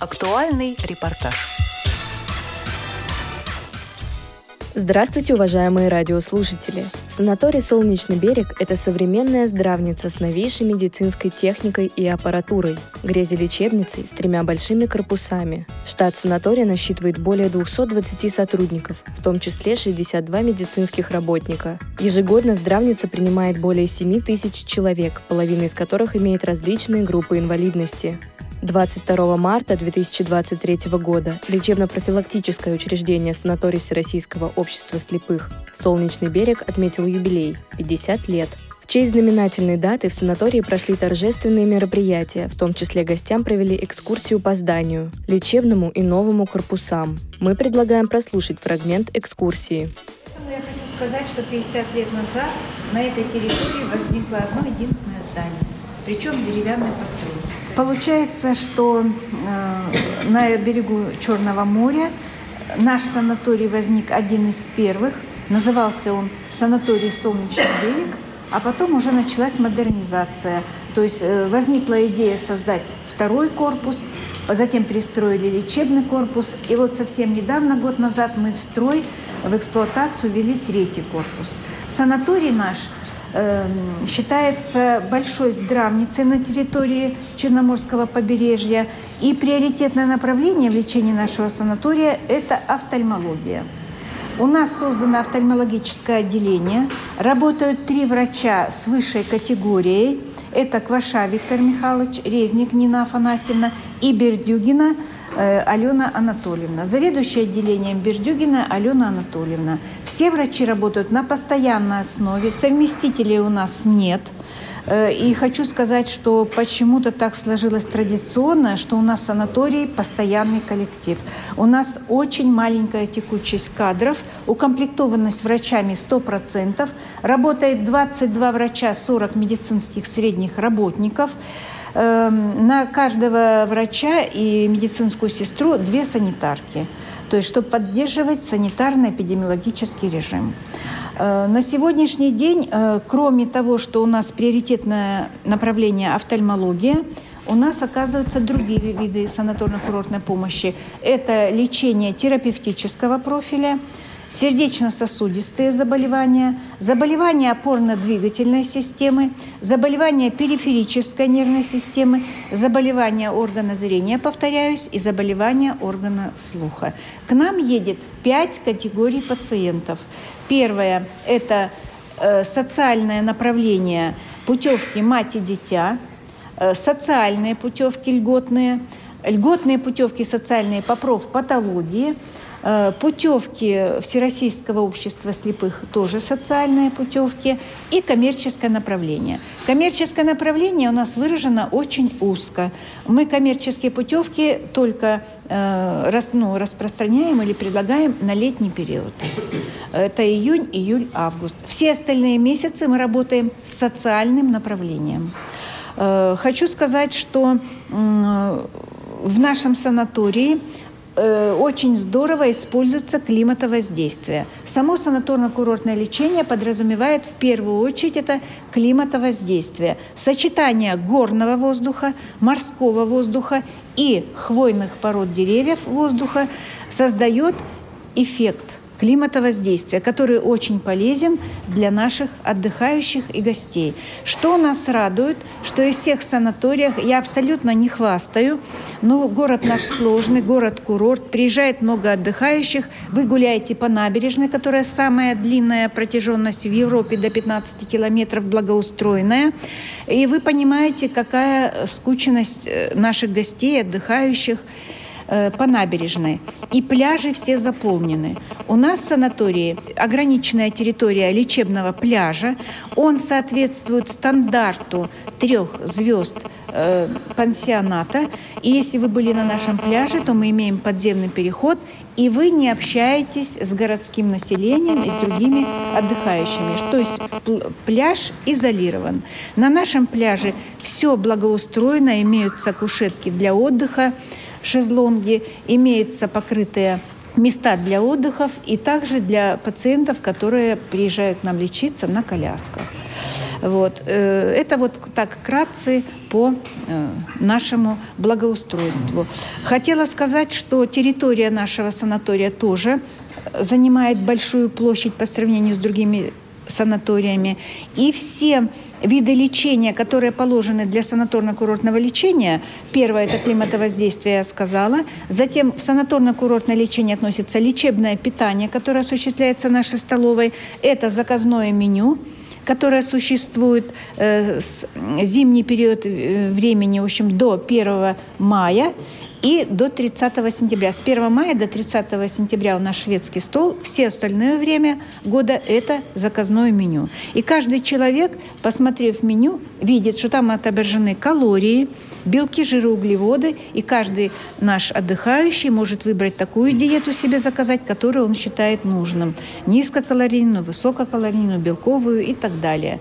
Актуальный репортаж. Здравствуйте, уважаемые радиослушатели! Санаторий «Солнечный берег» – это современная здравница с новейшей медицинской техникой и аппаратурой, грязелечебницей с 3 большими корпусами. Штат санатория насчитывает более 220 сотрудников, в том числе 62 медицинских работника. Ежегодно здравница принимает более 7 тысяч человек, половина из которых имеет различные группы инвалидности. 22 марта 2023 года лечебно-профилактическое учреждение санаторий Всероссийского общества слепых «Солнечный берег» отметил юбилей – 50 лет. В честь знаменательной даты в санатории прошли торжественные мероприятия, в том числе гостям провели экскурсию по зданию, лечебному и новому корпусам. Мы предлагаем прослушать фрагмент экскурсии. Я хочу сказать, что 50 лет назад на этой территории возникло одно единственное здание, причем деревянной постройки. Получается, что на берегу Черного моря наш санаторий возник один из первых. Назывался он санаторий «Солнечный берег», а потом уже началась модернизация. То есть возникла идея создать второй корпус, затем перестроили лечебный корпус. И вот совсем недавно, год назад, мы в эксплуатацию ввели 3-й корпус. Санаторий наш считается большой здравницей на территории Черноморского побережья. И приоритетное направление в лечении нашего санатория – это офтальмология. У нас создано офтальмологическое отделение. Работают 3 врача с высшей категорией. Это Кваша Виктор Михайлович, Резник Нина Афанасьевна и Бердюгина Алена Анатольевна. Заведующая отделением Бердюгина Алена Анатольевна. Все врачи работают на постоянной основе, совместителей у нас нет. И хочу сказать, что почему-то так сложилось традиционно, что у нас в санатории постоянный коллектив. У нас очень маленькая текучесть кадров, укомплектованность врачами 100%, работает 22 врача, 40 медицинских средних работников. На каждого врача и медицинскую сестру 2 санитарки, то есть чтобы поддерживать санитарно-эпидемиологический режим. На сегодняшний день, кроме того, что у нас приоритетное направление офтальмология, у нас оказываются другие виды санаторно-курортной помощи. Это лечение терапевтического профиля, сердечно-сосудистые заболевания, заболевания опорно-двигательной системы, заболевания периферической нервной системы, заболевания органа зрения, повторяюсь, и заболевания органа слуха. К нам едет 5 категорий пациентов. Первое – это социальное направление путевки мать и дитя, социальные путевки льготные путевки социальные по профпатологии, путевки Всероссийского общества слепых, тоже социальные путевки, и коммерческое направление. Коммерческое направление у нас выражено очень узко. Мы коммерческие путевки только распространяем или предлагаем на летний период. Это июнь, июль, август. Все остальные месяцы мы работаем с социальным направлением. Хочу сказать, что в нашем санатории очень здорово используется климатовоздействие. Само санаторно-курортное лечение подразумевает в первую очередь это климатовоздействие. Сочетание горного воздуха, морского воздуха и хвойных пород деревьев воздуха создает эффект климатовоздействия, который очень полезен для наших отдыхающих и гостей. Что нас радует, что из всех санаториев, я абсолютно не хвастаю, но город наш сложный, город-курорт, приезжает много отдыхающих, вы гуляете по набережной, которая самая длинная протяженность в Европе, до 15 километров, благоустроенная, и вы понимаете, какая скученность наших гостей, отдыхающих по набережной. И пляжи все заполнены. У нас в санатории ограниченная территория лечебного пляжа. Он соответствует стандарту 3 звезд пансионата. И если вы были на нашем пляже, то мы имеем подземный переход, и вы не общаетесь с городским населением и с другими отдыхающими. То есть пляж изолирован. На нашем пляже все благоустроено, имеются кушетки для отдыха, шезлонги, имеются покрытые места для отдыхов и также для пациентов, которые приезжают к нам лечиться на колясках. Вот. Это вот так вкратце по нашему благоустройству. Хотела сказать, что территория нашего санатория тоже занимает большую площадь по сравнению с другими санаториями. И все виды лечения, которые положены для санаторно-курортного лечения, первое – это климатовоздействие, я сказала. Затем в санаторно-курортное лечение относится лечебное питание, которое осуществляется в нашей столовой. Это заказное меню, которое существует с зимний период времени, в общем, до 1 мая и до 30 сентября. С 1 мая до 30 сентября у нас шведский стол. Все остальное время года – это заказное меню. И каждый человек, посмотрев меню, видит, что там отображены калории, белки, жиры, углеводы. И каждый наш отдыхающий может выбрать такую диету себе заказать, которую он считает нужным. Низкокалорийную, высококалорийную, белковую и так далее.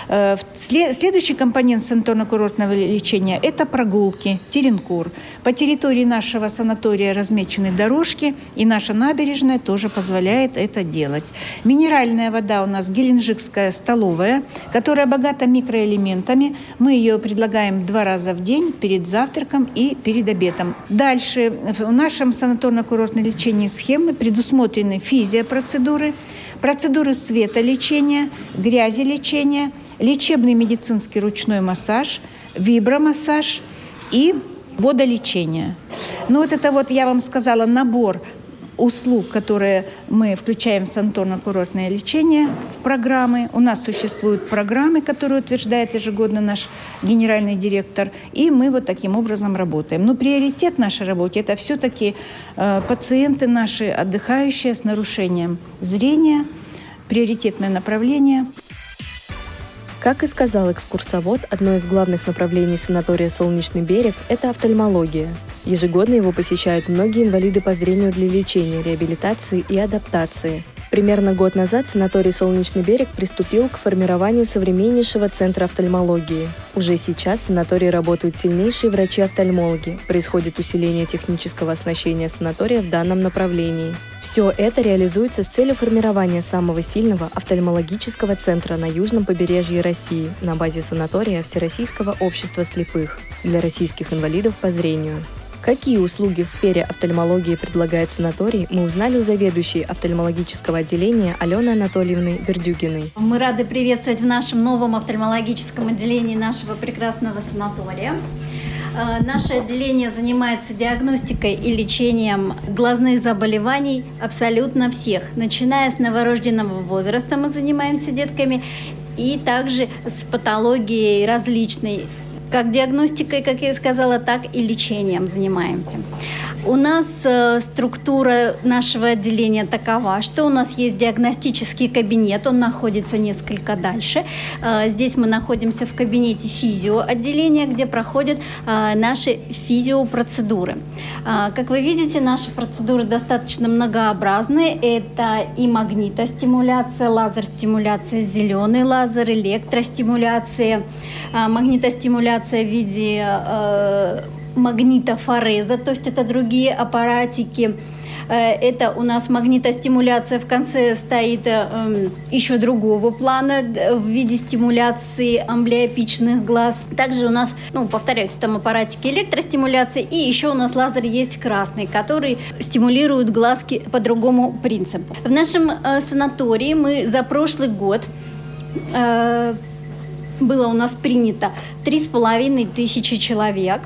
Следующий компонент санаторно-курортного лечения – это прогулки, теренкур. По территории нашего санатория размечены дорожки, и наша набережная тоже позволяет это делать. Минеральная вода у нас геленджикская столовая, которая богата микроэлементами. Мы ее предлагаем 2 раза в день перед завтраком и перед обедом. Дальше в нашем санаторно-курортном лечении схемы предусмотрены физиопроцедуры, процедуры светолечения, грязелечения, лечебный медицинский ручной массаж, вибромассаж и водолечение. Ну вот это вот, я вам сказала, набор услуг, которые мы включаем в санаторно-курортное лечение в программы. У нас существуют программы, которые утверждает ежегодно наш генеральный директор, и мы вот таким образом работаем. Но приоритет нашей работы – это все-таки пациенты наши, отдыхающие с нарушением зрения, приоритетное направление. Как и сказал экскурсовод, одно из главных направлений санатория «Солнечный берег» – это офтальмология. Ежегодно его посещают многие инвалиды по зрению для лечения, реабилитации и адаптации. Примерно год назад санаторий «Солнечный берег» приступил к формированию современнейшего центра офтальмологии. Уже сейчас в санатории работают сильнейшие врачи-офтальмологи, происходит усиление технического оснащения санатория в данном направлении. Все это реализуется с целью формирования самого сильного офтальмологического центра на южном побережье России на базе санатория Всероссийского общества слепых для российских инвалидов по зрению. Какие услуги в сфере офтальмологии предлагает санаторий, мы узнали у заведующей офтальмологического отделения Алены Анатольевны Бердюгиной. Мы рады приветствовать в нашем новом офтальмологическом отделении нашего прекрасного санатория. Наше отделение занимается диагностикой и лечением глазных заболеваний абсолютно всех. Начиная с новорожденного возраста мы занимаемся детками и также с патологией различной. Как диагностикой, как я сказала, так и лечением занимаемся. У нас структура нашего отделения такова, что у нас есть диагностический кабинет, он находится несколько дальше. Здесь мы находимся в кабинете физиоотделения, где проходят наши физиопроцедуры. Как вы видите, наши процедуры достаточно многообразные. Это и магнитостимуляция, лазер-стимуляция, зеленый лазер, электростимуляция, магнитостимуляция в виде магнитофореза, то есть это другие аппаратики. Это у нас магнитостимуляция в конце стоит еще другого плана в виде стимуляции амблиопичных глаз. Также у нас, повторяются там аппаратики электростимуляции, и еще у нас лазер есть красный, который стимулирует глазки по другому принципу. В нашем санатории мы за прошлый год было у нас принято 3500 человек.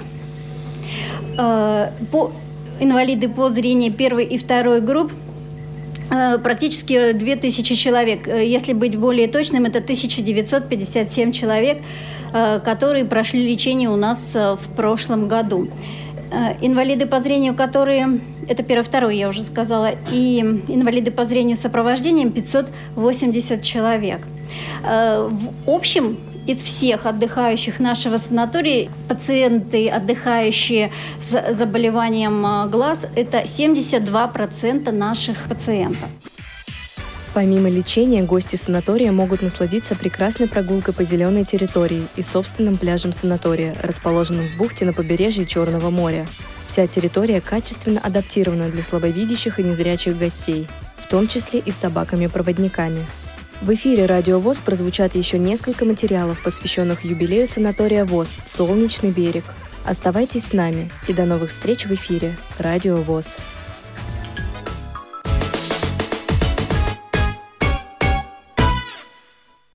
Инвалиды по зрению первой и второй групп практически 2000 человек. Если быть более точным, это 1957 человек, которые прошли лечение у нас в прошлом году. Инвалиды по зрению, которые, это первый-второй, я уже сказала, и инвалиды по зрению с сопровождением 580 человек. В общем, из всех отдыхающих нашего санатория пациенты, отдыхающие с заболеванием глаз, это 72% наших пациентов. Помимо лечения, гости санатория могут насладиться прекрасной прогулкой по зеленой территории и собственным пляжем санатория, расположенным в бухте на побережье Черного моря. Вся территория качественно адаптирована для слабовидящих и незрячих гостей, в том числе и с собаками-проводниками. В эфире «Радио ВОС» прозвучат еще несколько материалов, посвященных юбилею санатория ВОС «Солнечный берег». Оставайтесь с нами и до новых встреч в эфире «Радио ВОС».